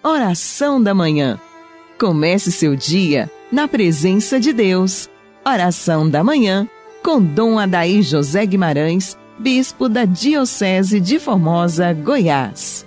Oração da Manhã. Comece seu dia na presença de Deus. Oração da Manhã com Dom Adair José Guimarães, Bispo da Diocese de Formosa, Goiás.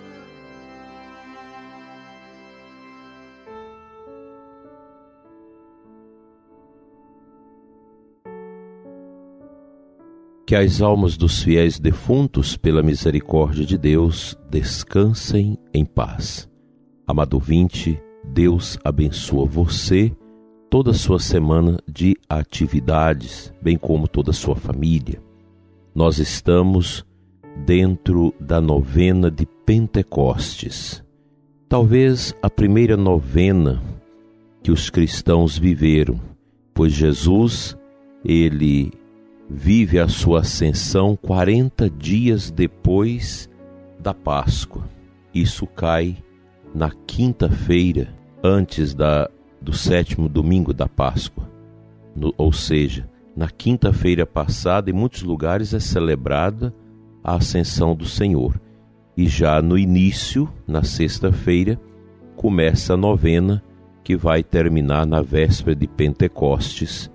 Que as almas dos fiéis defuntos, pela misericórdia de Deus, descansem em paz. Amado ouvinte, Deus abençoa você, toda a sua semana de atividades, bem como toda a sua família. Nós estamos dentro da novena de Pentecostes. Talvez a primeira novena que os cristãos viveram, pois Jesus, ele vive a sua ascensão 40 dias depois da Páscoa. Isso cai na quinta-feira, antes do 7º domingo da Páscoa. Ou seja, na quinta-feira passada, em muitos lugares é celebrada a ascensão do Senhor. E já no início, na sexta-feira, começa a novena que vai terminar na véspera de Pentecostes.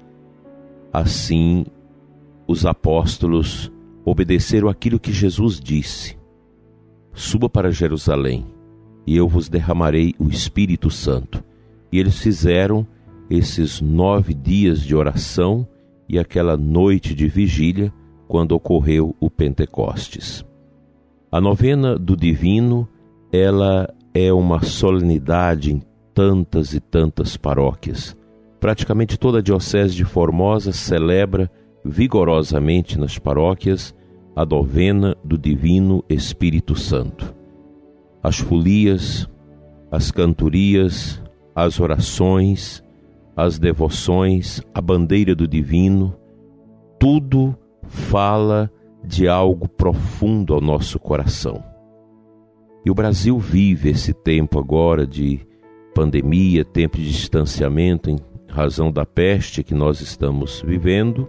Assim, os apóstolos obedeceram aquilo que Jesus disse: suba para Jerusalém e eu vos derramarei o Espírito Santo. E eles fizeram esses 9 dias de oração e aquela noite de vigília quando ocorreu o Pentecostes. A novena do Divino, ela é uma solenidade em tantas e tantas paróquias. Praticamente toda a Diocese de Formosa celebra vigorosamente nas paróquias a novena do Divino Espírito Santo. As folias, as cantorias, as orações, as devoções, a bandeira do Divino, tudo fala de algo profundo ao nosso coração. E o Brasil vive esse tempo agora de pandemia, tempo de distanciamento em razão da peste que nós estamos vivendo.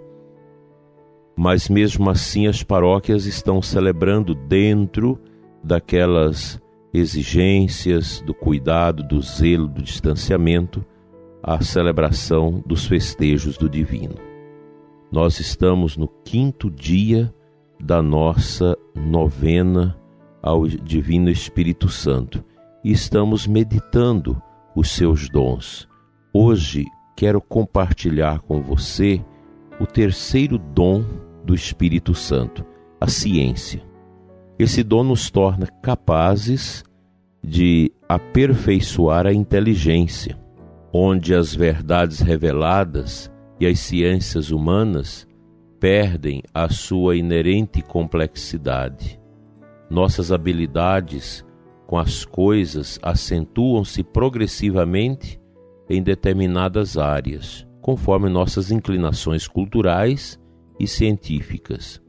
Mas mesmo assim as paróquias estão celebrando dentro daquelas exigências, do cuidado, do zelo, do distanciamento, a celebração dos festejos do Divino. Nós estamos no 5º dia da nossa novena ao Divino Espírito Santo e estamos meditando os seus dons. Hoje quero compartilhar com você o terceiro dom do Espírito Santo, a ciência. Esse dom nos torna capazes de aperfeiçoar a inteligência, onde as verdades reveladas e as ciências humanas perdem a sua inerente complexidade. Nossas habilidades com as coisas acentuam-se progressivamente em determinadas áreas, conforme nossas inclinações culturais e científicas,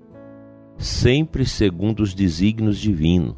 sempre segundo os desígnios divinos,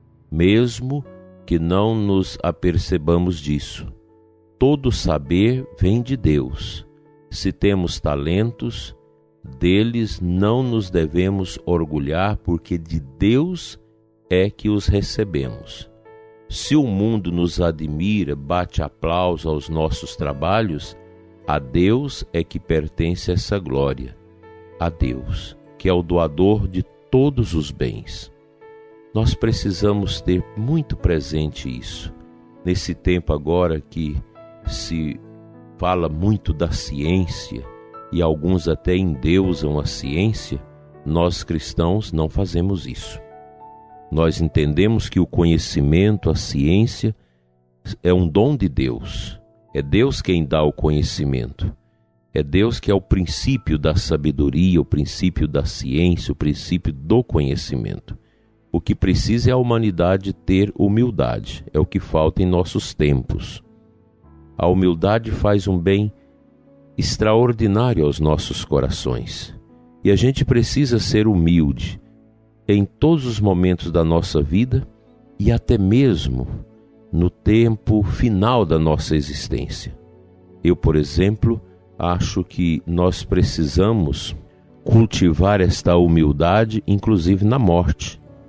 mesmo que não nos apercebamos disso. Todo saber vem de Deus. Se temos talentos, deles não nos devemos orgulhar, porque de Deus é que os recebemos. Se o mundo nos admira, bate aplauso aos nossos trabalhos, a Deus é que pertence essa glória. A Deus, que é o doador de todos os bens. Nós precisamos ter muito presente isso. Nesse tempo agora que se fala muito da ciência e alguns até endeusam a ciência, nós cristãos não fazemos isso. Nós entendemos que o conhecimento, a ciência, é um dom de Deus. É Deus quem dá o conhecimento. É Deus que é o princípio da sabedoria, o princípio da ciência, o princípio do conhecimento. O que precisa é a humanidade ter humildade. É o que falta em nossos tempos. A humildade faz um bem extraordinário aos nossos corações. E a gente precisa ser humilde em todos os momentos da nossa vida e até mesmo no tempo final da nossa existência. Eu, por exemplo, acho que nós precisamos cultivar esta humildade, inclusive na morte,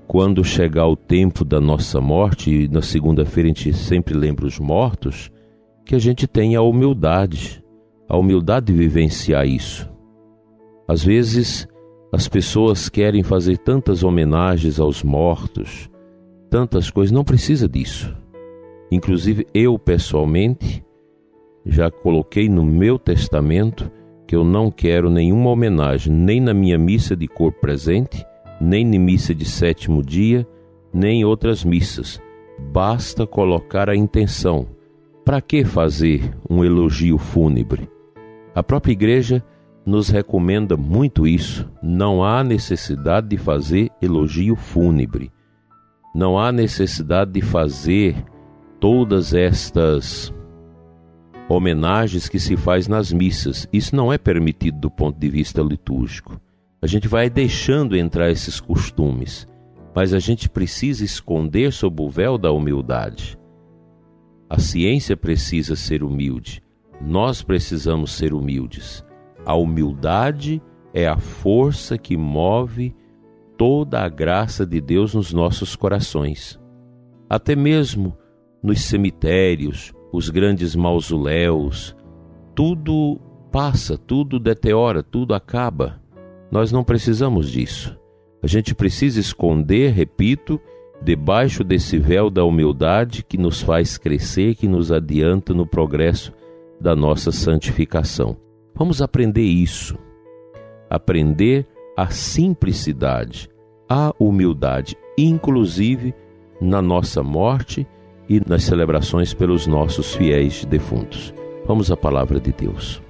quando chegar o tempo da nossa morte, e na segunda-feira a gente sempre lembra os mortos, que a gente tenha a humildade de vivenciar isso. Às vezes as pessoas querem fazer tantas homenagens aos mortos, tantas coisas, não precisa disso. Inclusive eu pessoalmente já coloquei no meu testamento que eu não quero nenhuma homenagem, nem na minha missa de corpo presente, nem na missa de sétimo dia, nem em outras missas. Basta colocar a intenção. Para que fazer um elogio fúnebre? A própria igreja nos recomenda muito isso. Não há necessidade de fazer elogio fúnebre. Não há necessidade de fazer todas estas homenagens que se faz nas missas. Isso não é permitido do ponto de vista litúrgico. A gente vai deixando entrar esses costumes, mas a gente precisa esconder sob o véu da humildade. A ciência precisa ser humilde. Nós precisamos ser humildes. A humildade é a força que move toda a graça de Deus nos nossos corações. Até mesmo nos cemitérios, os grandes mausoléus, tudo passa, tudo deteriora, tudo acaba. Nós não precisamos disso. A gente precisa esconder, repito, debaixo desse véu da humildade que nos faz crescer, que nos adianta no progresso da nossa santificação. Vamos aprender isso. Aprender a simplicidade, a humildade, inclusive na nossa morte e nas celebrações pelos nossos fiéis defuntos. Vamos à palavra de Deus.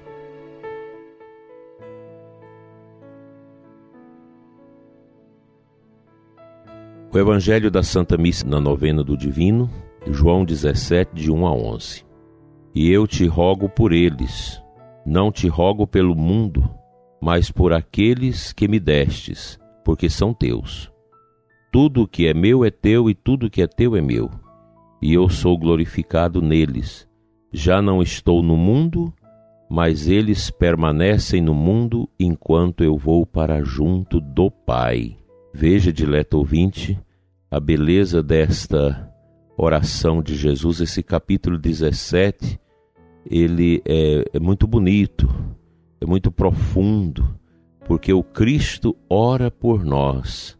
O Evangelho da Santa Missa na Novena do Divino, João 17, de 1 a 11. E eu te rogo por eles, não te rogo pelo mundo, mas por aqueles que me destes, porque são teus. Tudo o que é meu é teu e tudo o que é teu é meu. E eu sou glorificado neles. Já não estou no mundo, mas eles permanecem no mundo enquanto eu vou para junto do Pai. Veja, dileto ouvinte, a beleza desta oração de Jesus. Esse capítulo 17, ele é muito bonito, é muito profundo, porque o Cristo ora por nós.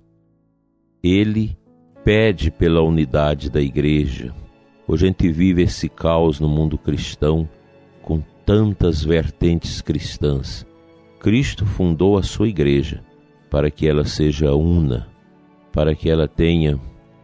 Ele pede pela unidade da igreja. Hoje a gente vive esse caos no mundo cristão, com tantas vertentes cristãs. Cristo fundou a sua igreja para que ela seja una, para que ela tenha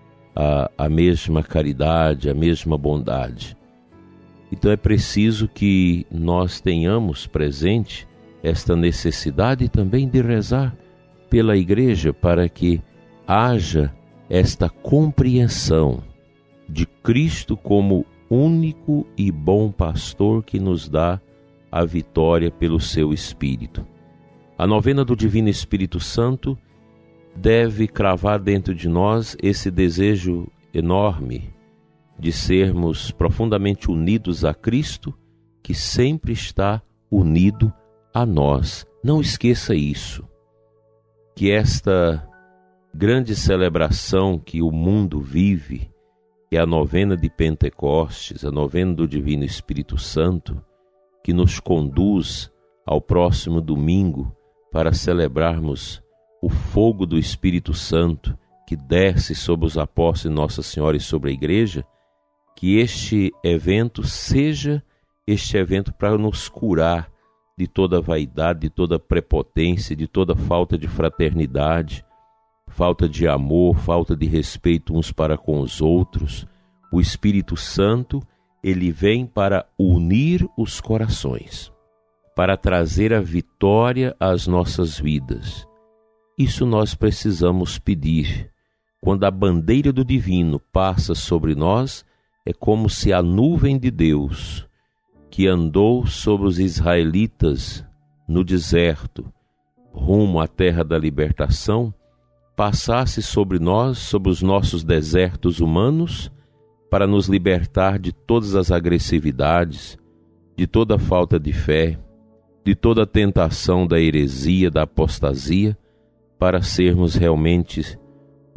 a mesma caridade, a mesma bondade. Então é preciso que nós tenhamos presente esta necessidade também de rezar pela igreja, para que haja esta compreensão de Cristo como único e bom pastor que nos dá a vitória pelo seu Espírito. A novena do Divino Espírito Santo deve cravar dentro de nós esse desejo enorme de sermos profundamente unidos a Cristo, que sempre está unido a nós. Não esqueça isso, que esta grande celebração que o mundo vive, que é a novena de Pentecostes, a novena do Divino Espírito Santo, que nos conduz ao próximo domingo para celebrarmos o fogo do Espírito Santo que desce sobre os apóstolos de Nossa Senhora e sobre a Igreja, que este evento seja este evento para nos curar de toda vaidade, de toda prepotência, de toda falta de fraternidade, falta de amor, falta de respeito uns para com os outros. O Espírito Santo, ele vem para unir os corações, para trazer a vitória às nossas vidas. Isso nós precisamos pedir. Quando a bandeira do divino passa sobre nós, é como se a nuvem de Deus, que andou sobre os israelitas no deserto, rumo à terra da libertação, passasse sobre nós, sobre os nossos desertos humanos, para nos libertar de todas as agressividades, de toda falta de fé, de toda a tentação da heresia, da apostasia, para sermos realmente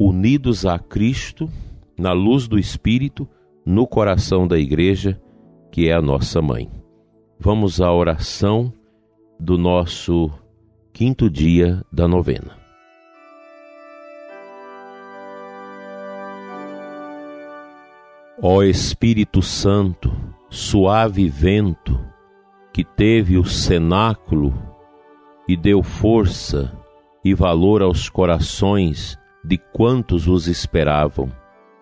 unidos a Cristo, na luz do Espírito, no coração da Igreja, que é a nossa mãe. Vamos à oração do nosso 5º dia da novena. Ó Espírito Santo, suave vento, que teve o cenáculo e deu força e valor aos corações de quantos os esperavam,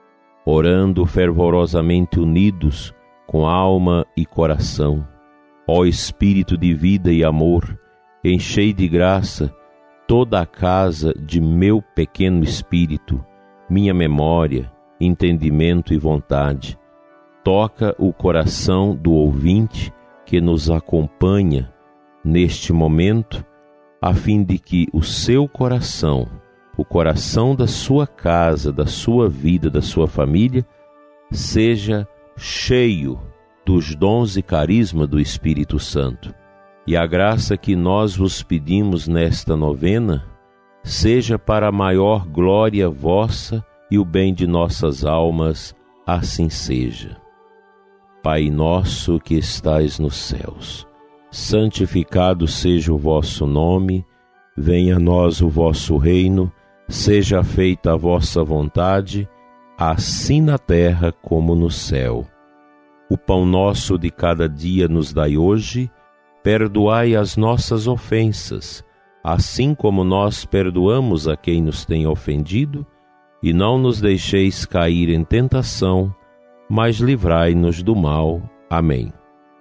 orando fervorosamente unidos com alma e coração. Ó Espírito de vida e amor, enchei de graça toda a casa de meu pequeno espírito, minha memória, entendimento e vontade. Toca o coração do ouvinte que nos acompanha neste momento, a fim de que o seu coração, o coração da sua casa, da sua vida, da sua família, seja cheio dos dons e carisma do Espírito Santo. E a graça que nós vos pedimos nesta novena seja para a maior glória vossa e o bem de nossas almas, assim seja. Pai nosso que estais nos céus, santificado seja o vosso nome, venha a nós o vosso reino, seja feita a vossa vontade, assim na terra como no céu. O pão nosso de cada dia nos dai hoje, perdoai as nossas ofensas, assim como nós perdoamos a quem nos tem ofendido, e não nos deixeis cair em tentação, mas livrai-nos do mal. Amém.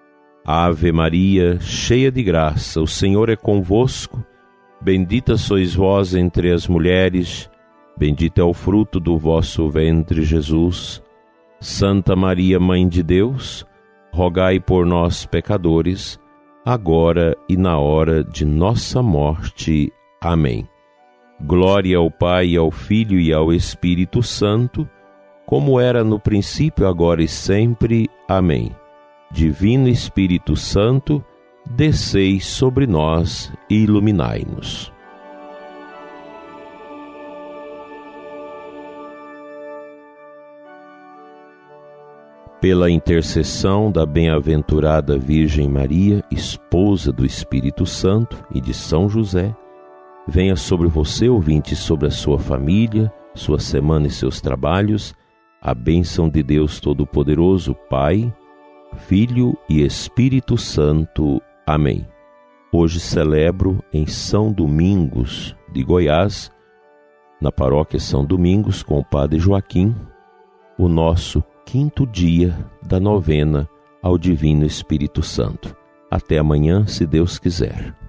Ave Maria, cheia de graça, o Senhor é convosco, bendita sois vós entre as mulheres, bendito é o fruto do vosso ventre, Jesus. Santa Maria, Mãe de Deus, rogai por nós, pecadores, agora e na hora de nossa morte. Amém. Glória ao Pai, ao Filho e ao Espírito Santo, como era no princípio, agora e sempre. Amém. Divino Espírito Santo, descei sobre nós e iluminai-nos. Pela intercessão da bem-aventurada Virgem Maria, esposa do Espírito Santo, e de São José, venha sobre você, ouvinte, sobre a sua família, sua semana e seus trabalhos, a bênção de Deus Todo-Poderoso, Pai, Filho e Espírito Santo. Amém. Hoje celebro em São Domingos de Goiás, na paróquia São Domingos, com o Padre Joaquim, o nosso 5º dia da novena ao Divino Espírito Santo. Até amanhã, se Deus quiser.